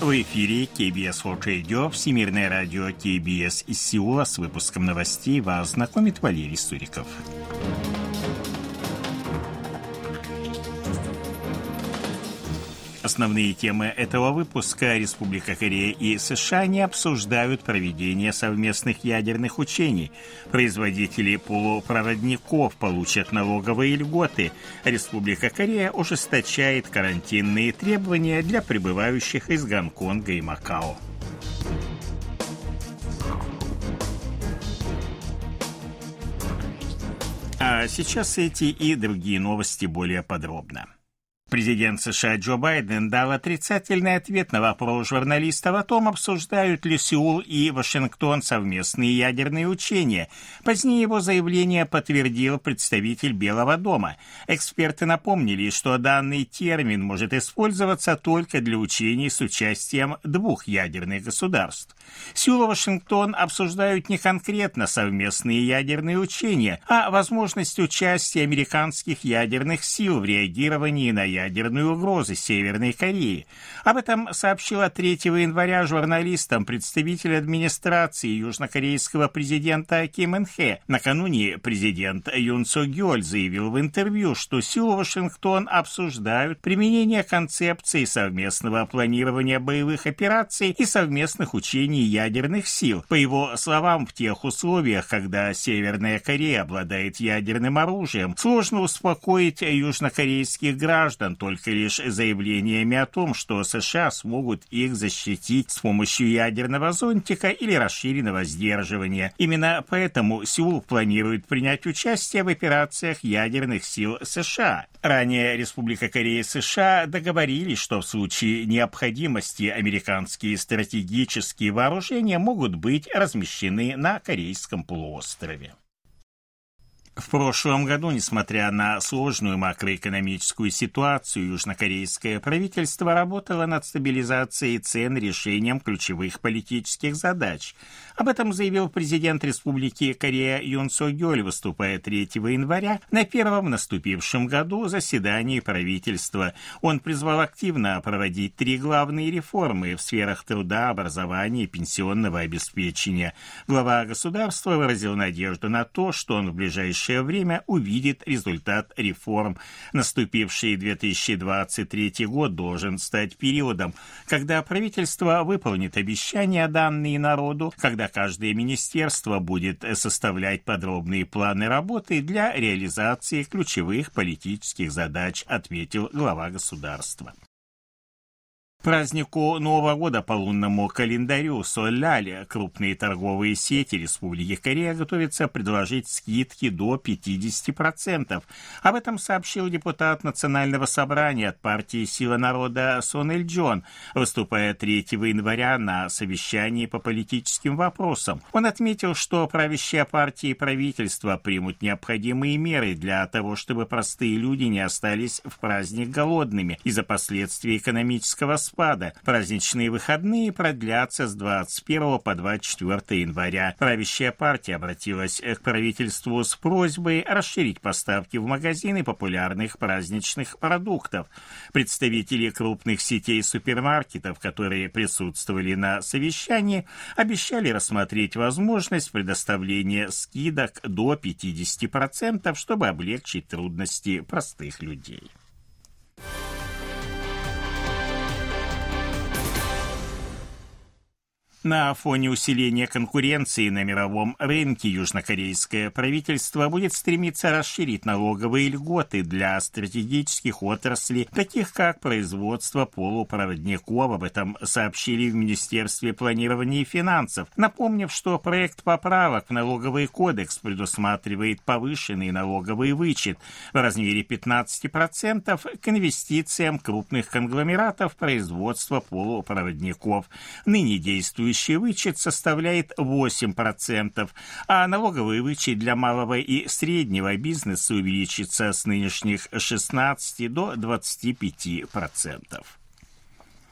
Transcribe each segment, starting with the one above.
В эфире KBS World Radio, Всемирное радио KBS из Сеула. С выпуском новостей вас знакомит Валерий Суриков. Основные темы этого выпуска: Республика Корея и США не обсуждают проведение совместных ядерных учений. Производители полупроводников получат налоговые льготы. Республика Корея ужесточает карантинные требования для прибывающих из Гонконга и Макао. А сейчас эти и другие новости более подробно. Президент США Джо Байден дал отрицательный ответ на вопрос журналистов о том, обсуждают ли Сеул и Вашингтон совместные ядерные учения. Позднее его заявление подтвердил представитель Белого дома. Эксперты напомнили, что данный термин может использоваться только для учений с участием двух ядерных государств. Сеул и Вашингтон обсуждают не конкретно совместные ядерные учения, а возможность участия американских ядерных сил в реагировании на ядерную угрозу Северной Кореи. Об этом сообщила 3 января журналистам представитель администрации южнокорейского президента Ким Ын Хэ. Накануне президент Юн Сок Гёль заявил в интервью, что Сеул и Вашингтон обсуждают применение концепции совместного планирования боевых операций и совместных учений ядерных сил. По его словам, в тех условиях, когда Северная Корея обладает ядерным оружием, сложно успокоить южнокорейских граждан только лишь заявлениями о том, что США смогут их защитить с помощью ядерного зонтика или расширенного сдерживания. Именно поэтому Сеул планирует принять участие в операциях ядерных сил США. Ранее Республика Корея и США договорились, что в случае необходимости американские стратегические вооружения могут быть размещены на Корейском полуострове. В прошлом году, несмотря на сложную макроэкономическую ситуацию, южнокорейское правительство работало над стабилизацией цен и решением ключевых политических задач. Об этом заявил президент Республики Корея Юн Сок Гёль, выступая 3 января на первом в наступившем году заседании правительства. Он призвал активно проводить 3 главные реформы в сферах труда, образования и пенсионного обеспечения. Глава государства выразил надежду на то, что он в ближайшее время увидит результат реформ. Наступивший 2023 год должен стать периодом, когда правительство выполнит обещания, данные народу, когда каждое министерство будет составлять подробные планы работы для реализации ключевых политических задач, отметил глава государства. Празднику Нового года по лунному календарю Соль-Лале крупные торговые сети Республики Корея готовятся предложить скидки до 50%. Об этом сообщил депутат Национального собрания от партии «Сила народа» Сон Иль Джон, выступая 3 января на совещании по политическим вопросам. Он отметил, что правящая партия и правительство примут необходимые меры для того, чтобы простые люди не остались в праздник голодными из-за последствий экономического спада. Праздничные выходные продлятся с 21 по 24 января. Правящая партия обратилась к правительству с просьбой расширить поставки в магазины популярных праздничных продуктов. Представители крупных сетей супермаркетов, которые присутствовали на совещании, обещали рассмотреть возможность предоставления скидок до 50%, чтобы облегчить трудности простых людей. На фоне усиления конкуренции на мировом рынке южнокорейское правительство будет стремиться расширить налоговые льготы для стратегических отраслей, таких как производство полупроводников. Об этом сообщили в Министерстве планирования и финансов, напомнив, что проект поправок в налоговый кодекс предусматривает повышенный налоговый вычет в размере 15% к инвестициям крупных конгломератов производства полупроводников. Ныне действующий вычет составляет 8%, а налоговый вычет для малого и среднего бизнеса увеличится с нынешних 16 до 25%.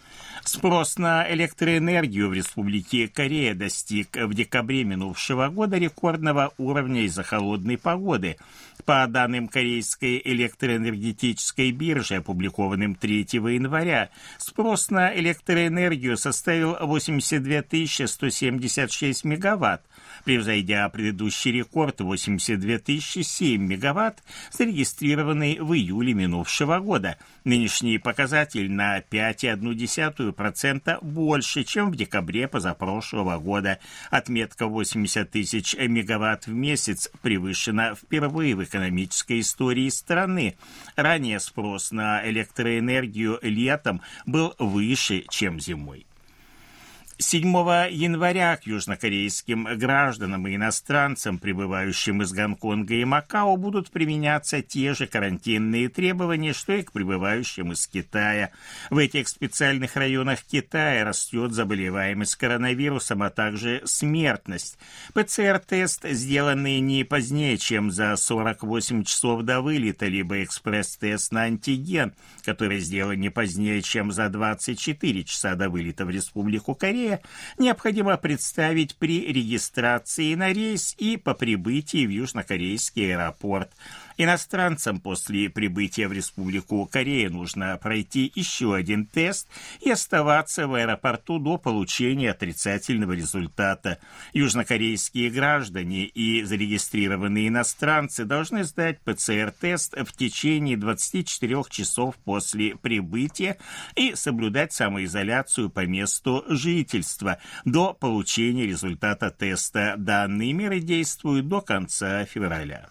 Спрос на электроэнергию в Республике Корея достиг в декабре минувшего года рекордного уровня из-за холодной погоды. По данным Корейской электроэнергетической биржи, опубликованным 3 января, спрос на электроэнергию составил 82 176 мегаватт, превзойдя предыдущий рекорд 82 007 мегаватт, зарегистрированный в июле минувшего года. Нынешний показатель на 5,1% больше, чем в декабре позапрошлого года. Отметка 80 тысяч мегаватт в месяц превышена впервые в экономической истории страны. Ранее спрос на электроэнергию летом был выше, чем зимой. 7 января к южнокорейским гражданам и иностранцам, прибывающим из Гонконга и Макао, будут применяться те же карантинные требования, что и к прибывающим из Китая. В этих специальных районах Китая растет заболеваемость коронавирусом, а также смертность. ПЦР-тест, сделанный не позднее, чем за 48 часов до вылета, либо экспресс-тест на антиген, который сделан не позднее, чем за 24 часа до вылета в Республику Корея, необходимо представить при регистрации на рейс и по прибытии в южнокорейский аэропорт. Иностранцам после прибытия в Республику Корея нужно пройти еще один тест и оставаться в аэропорту до получения отрицательного результата. Южнокорейские граждане и зарегистрированные иностранцы должны сдать ПЦР-тест в течение 24 часов после прибытия и соблюдать самоизоляцию по месту жительства до получения результата теста. Данные меры действуют до конца февраля.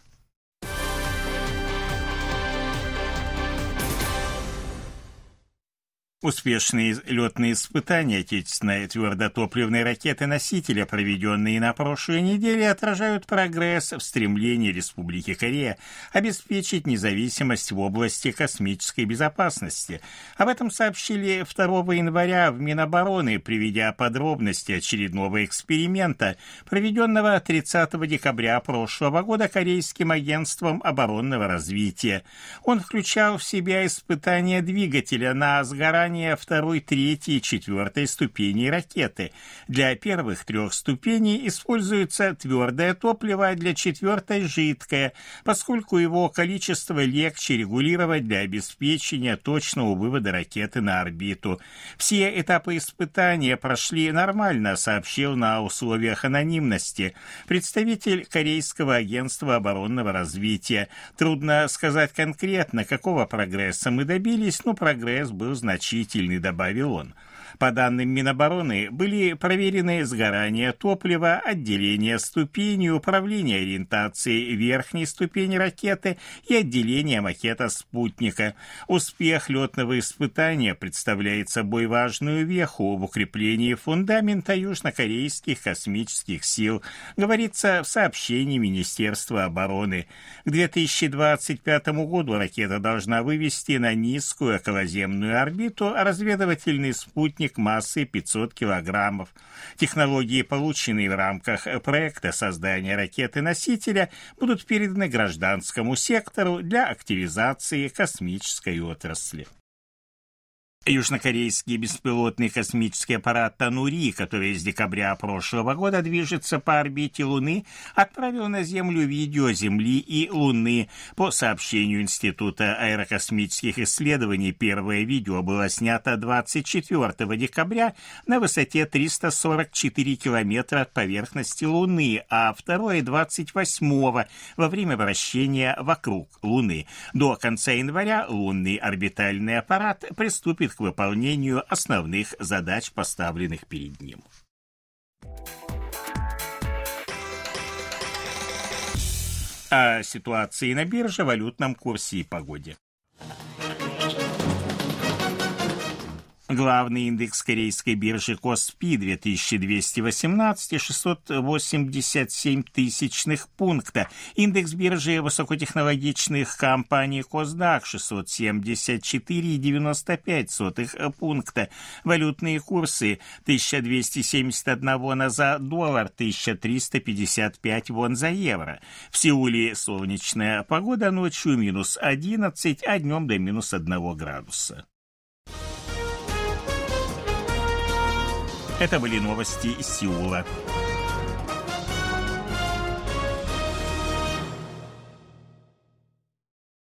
Успешные летные испытания отечественной твердотопливной ракеты-носителя, проведенные на прошлой неделе, отражают прогресс в стремлении Республики Корея обеспечить независимость в области космической безопасности. Об этом сообщили 2 января в Минобороны, приведя подробности очередного эксперимента, проведенного 30 декабря прошлого года Корейским агентством оборонного развития. Он включал в себя испытания двигателя на сгорание 2, 3 и 4 ступеней ракеты. Для первых 3 ступеней используется твердое топливо, а для 4 жидкое, поскольку его количество легче регулировать для обеспечения точного вывода ракеты на орбиту. Все этапы испытания прошли нормально, сообщил на условиях анонимности представитель Корейского агентства оборонного развития. Трудно сказать конкретно, какого прогресса мы добились, но прогресс был значительный, добавил он. По данным Минобороны, были проверены сгорание топлива, отделение ступени, управление ориентацией верхней ступени ракеты и отделение макета спутника. Успех летного испытания представляет собой важную веху в укреплении фундамента южнокорейских космических сил, говорится в сообщении Министерства обороны. К 2025 году ракета должна вывести на низкую околоземную орбиту разведывательный спутник массой 500 килограммов. Технологии, полученные в рамках проекта создания ракеты-носителя, будут переданы гражданскому сектору для активизации космической отрасли. Южнокорейский беспилотный космический аппарат «Танури», который с декабря прошлого года движется по орбите Луны, отправил на Землю видео Земли и Луны. По сообщению Института аэрокосмических исследований, первое видео было снято 24 декабря на высоте 344 километра от поверхности Луны, а второе — 28-го во время вращения вокруг Луны. До конца января лунный орбитальный аппарат приступит к выполнению основных задач, поставленных перед ним. О ситуации на бирже, валютном курсе и погоде. Главный индекс корейской биржи Коспи 2218 687 тысячных пункта. Индекс биржи высокотехнологичных компаний Косдак 674,95 пункта. Валютные курсы: 1271 вона за доллар, 1355 вон за евро. В Сеуле солнечная погода, ночью -11, а днем до -1 градуса. Это были новости из Сеула.